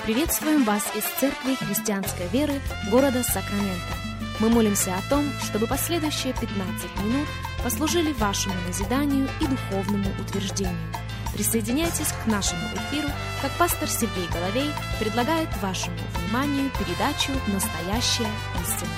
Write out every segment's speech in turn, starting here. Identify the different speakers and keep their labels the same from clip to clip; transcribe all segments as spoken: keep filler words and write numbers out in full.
Speaker 1: Приветствуем вас из Церкви Христианской Веры города Сакраменто. Мы молимся о том, чтобы последующие пятнадцать минут послужили вашему назиданию и духовному утверждению. Присоединяйтесь к нашему эфиру, как пастор Сергей Головей предлагает вашему вниманию передачу «Настоящая истина».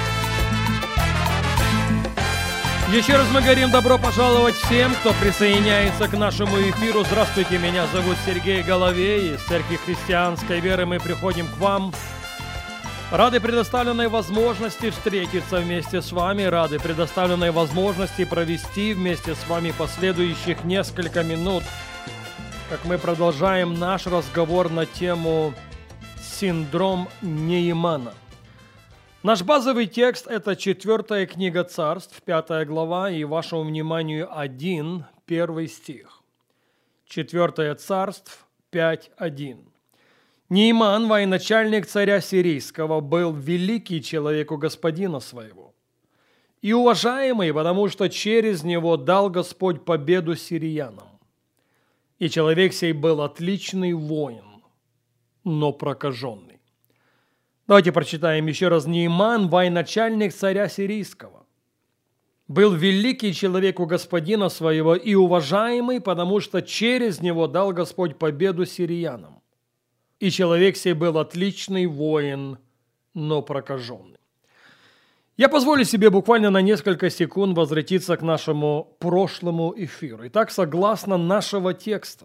Speaker 2: Еще раз мы говорим добро пожаловать всем, кто присоединяется к нашему эфиру. Здравствуйте, меня зовут Сергей Головей. Из Церкви Христианской Веры мы приходим к вам. Рады предоставленной возможности встретиться вместе с вами, рады предоставленной возможности провести вместе с вами последующих несколько минут, как мы продолжаем наш разговор на тему «Синдром Неймана». Наш базовый текст – это четвертая книга Царств, пятая глава, и вашему вниманию один, первый стих. Четвертая Царств, пять, один. Нейман, военачальник царя сирийского, был великий человек у господина своего и уважаемый, потому что через него дал Господь победу сириянам. И человек сей был отличный воин, но прокаженный. Давайте прочитаем еще раз. Нейман, военачальник царя сирийского, был великий человек у господина своего и уважаемый, потому что через него дал Господь победу сириянам. И человек сей был отличный воин, но прокаженный. Я позволю себе буквально на несколько секунд возвратиться к нашему прошлому эфиру. Итак, согласно нашего текста,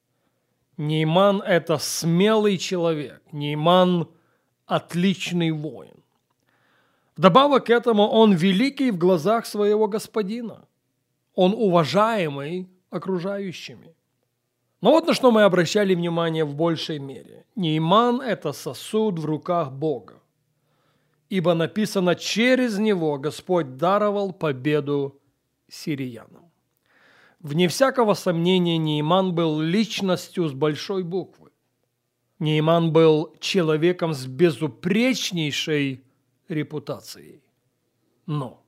Speaker 2: Нейман – это смелый человек. Нейман – отличный воин. Вдобавок к этому он великий в глазах своего господина. Он уважаемый окружающими. Но вот на что мы обращали внимание в большей мере. Нейман – это сосуд в руках Бога. Ибо написано, через него Господь даровал победу сириянам. Вне всякого сомнения, Нейман был личностью с большой буквы. Нейман был человеком с безупречнейшей репутацией. Но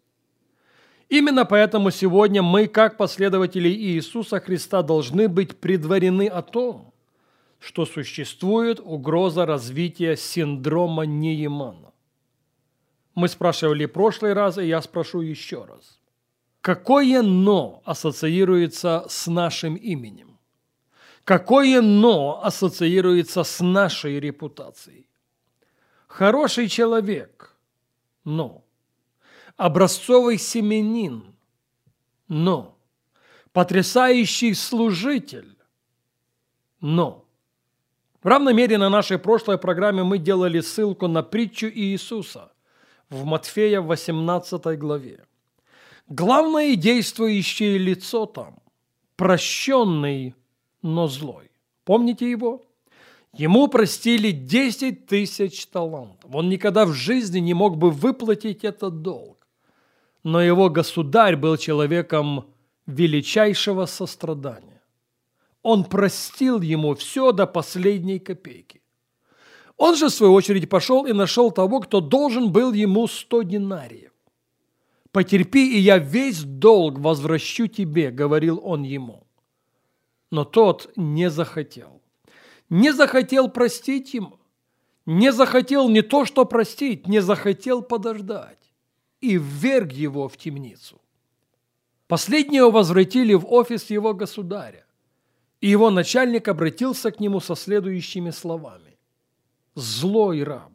Speaker 2: именно поэтому сегодня мы, как последователи Иисуса Христа, должны быть предварены о том, что существует угроза развития синдрома Неймана. Мы спрашивали в прошлый раз, и я спрошу еще раз. Какое «но» ассоциируется с нашим именем? Какое «но» ассоциируется с нашей репутацией? Хороший человек – «но». Образцовый семьянин – «но». Потрясающий служитель – «но». В равной мере на нашей прошлой программе мы делали ссылку на притчу Иисуса в Матфея восемнадцатой главе. Главное действующее лицо там – прощенный, но злой. Помните его? Ему простили десять тысяч талантов. Он никогда в жизни не мог бы выплатить этот долг. Но его государь был человеком величайшего сострадания. Он простил ему все до последней копейки. Он же, в свою очередь, пошел и нашел того, кто должен был ему сто динариев. «Потерпи, и я весь долг возвращу тебе», — говорил он ему. Но тот не захотел. Не захотел простить ему. Не захотел не то что простить, не захотел подождать. И вверг его в темницу. Последнего возвратили в офис его государя. И его начальник обратился к нему со следующими словами. «Злой раб».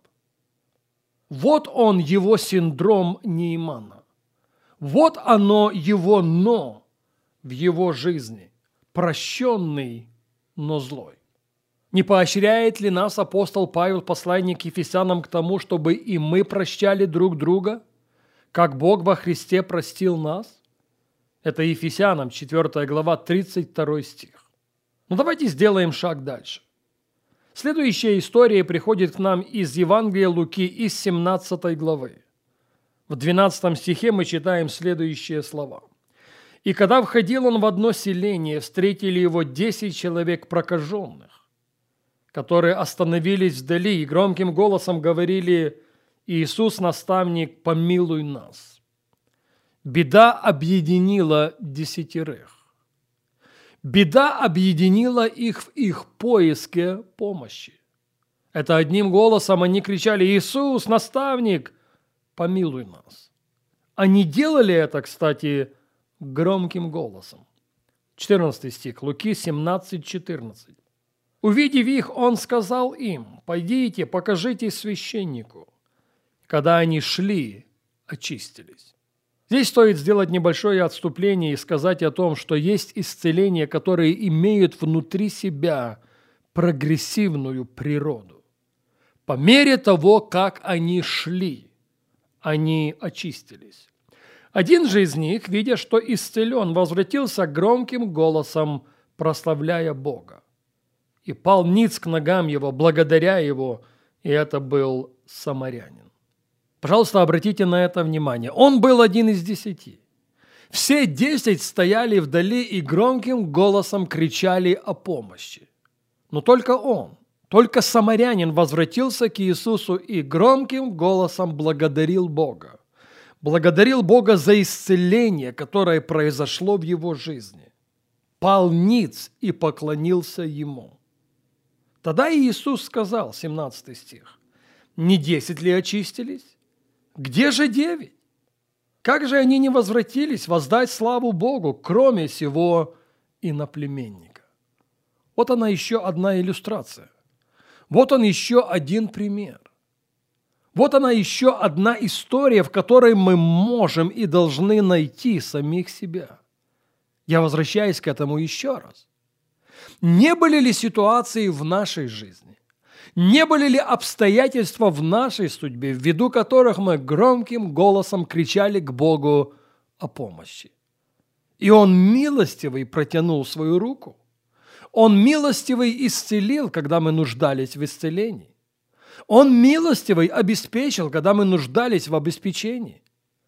Speaker 2: Вот он, его синдром Неймана. Вот оно, его «но» в его жизни. Прощенный, но злой. Не поощряет ли нас апостол Павел, посланник к Ефесянам, к тому, чтобы и мы прощали друг друга, как Бог во Христе простил нас? Это Ефесянам, четвёртая глава, тридцать второй стих. Но давайте сделаем шаг дальше. Следующая история приходит к нам из Евангелия Луки, из семнадцатой главы. В двенадцатом стихе мы читаем следующие слова. «И когда входил он в одно селение, встретили его десять человек прокаженных, которые остановились вдали и громким голосом говорили: Иисус, наставник, помилуй нас. Беда объединила десятерых. Беда объединила их в их поиске помощи. Это одним голосом они кричали: «Иисус, наставник, помилуй нас». Они делали это, кстати, громким голосом. четырнадцатый стих, Луки семнадцать четырнадцать. Увидев их, он сказал им: «Пойдите, покажитесь священнику». Когда они шли, очистились. Здесь стоит сделать небольшое отступление и сказать о том, что есть исцеления, которые имеют внутри себя прогрессивную природу. По мере того, как они шли, они очистились. Один же из них, видя, что исцелен, возвратился громким голосом, прославляя Бога, и пал ниц к ногам его, благодаря его, и это был самарянин. Пожалуйста, обратите на это внимание. Он был один из десяти. Все десять стояли вдали и громким голосом кричали о помощи. Но только он, только самарянин возвратился к Иисусу и громким голосом благодарил Бога. Благодарил Бога за исцеление, которое произошло в его жизни. Пал ниц и поклонился ему. Тогда Иисус сказал, семнадцатый стих, «Не десять ли очистились? Где же девять? Как же они не возвратились воздать славу Богу, кроме сего иноплеменника?» Вот она еще одна иллюстрация. Вот он еще один пример. Вот она еще одна история, в которой мы можем и должны найти самих себя. Я возвращаюсь к этому еще раз. Не были ли ситуации в нашей жизни, не были ли обстоятельства в нашей судьбе, ввиду которых мы громким голосом кричали к Богу о помощи? И Он милостивый протянул свою руку. Он милостивый исцелил, когда мы нуждались в исцелении. Он милостивый обеспечил, когда мы нуждались в обеспечении.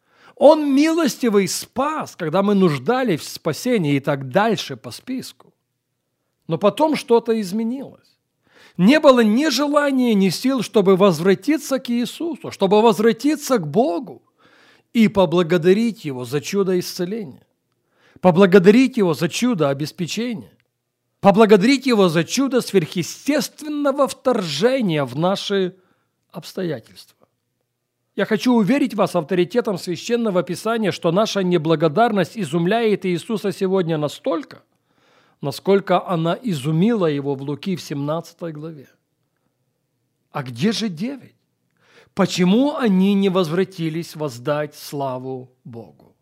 Speaker 2: Он милостивый спас, когда мы нуждались в спасении, и так дальше по списку. Но потом что-то изменилось. Не было ни желания, ни сил, чтобы возвратиться к Иисусу, чтобы возвратиться к Богу и поблагодарить Его за чудо исцеления, поблагодарить Его за чудо обеспечения, поблагодарить Его за чудо сверхъестественного вторжения в наши обстоятельства. Я хочу уверить вас авторитетом Священного Писания, что наша неблагодарность изумляет Иисуса сегодня настолько, насколько она изумила Его в Луки в семнадцатой главе. А где же девять? Почему они не возвратились воздать славу Богу?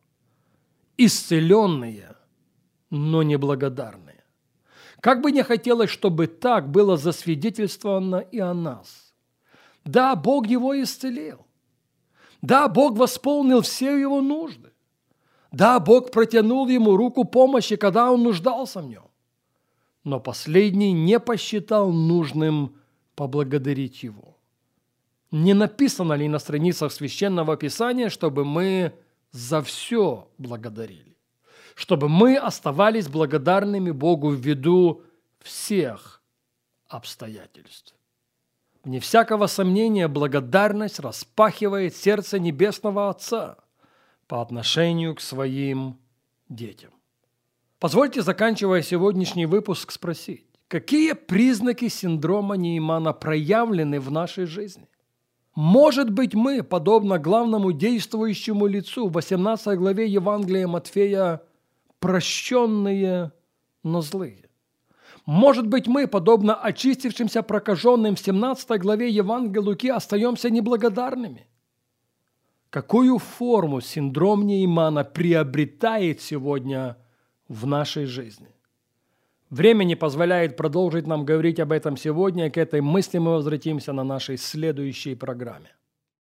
Speaker 2: Исцеленные, но неблагодарные. Как бы не хотелось, чтобы так было засвидетельствовано и о нас. Да, Бог его исцелил. Да, Бог восполнил все его нужды. Да, Бог протянул ему руку помощи, когда он нуждался в нем. Но последний не посчитал нужным поблагодарить его. Не написано ли на страницах Священного Писания, чтобы мы за все благодарили? Чтобы мы оставались благодарными Богу ввиду всех обстоятельств? Вне всякого сомнения, благодарность распахивает сердце Небесного Отца по отношению к своим детям. Позвольте, заканчивая сегодняшний выпуск, спросить, какие признаки синдрома Неймана проявлены в нашей жизни? Может быть, мы, подобно главному действующему лицу в восемнадцатой главе Евангелия Матфея, прощенные, но злые? Может быть, мы, подобно очистившимся прокаженным в семнадцатой главе Евангелия Луки, остаемся неблагодарными? Какую форму синдром Неймана приобретает сегодня в нашей жизни? Время не позволяет продолжить нам говорить об этом сегодня, и к этой мысли мы возвратимся на нашей следующей программе.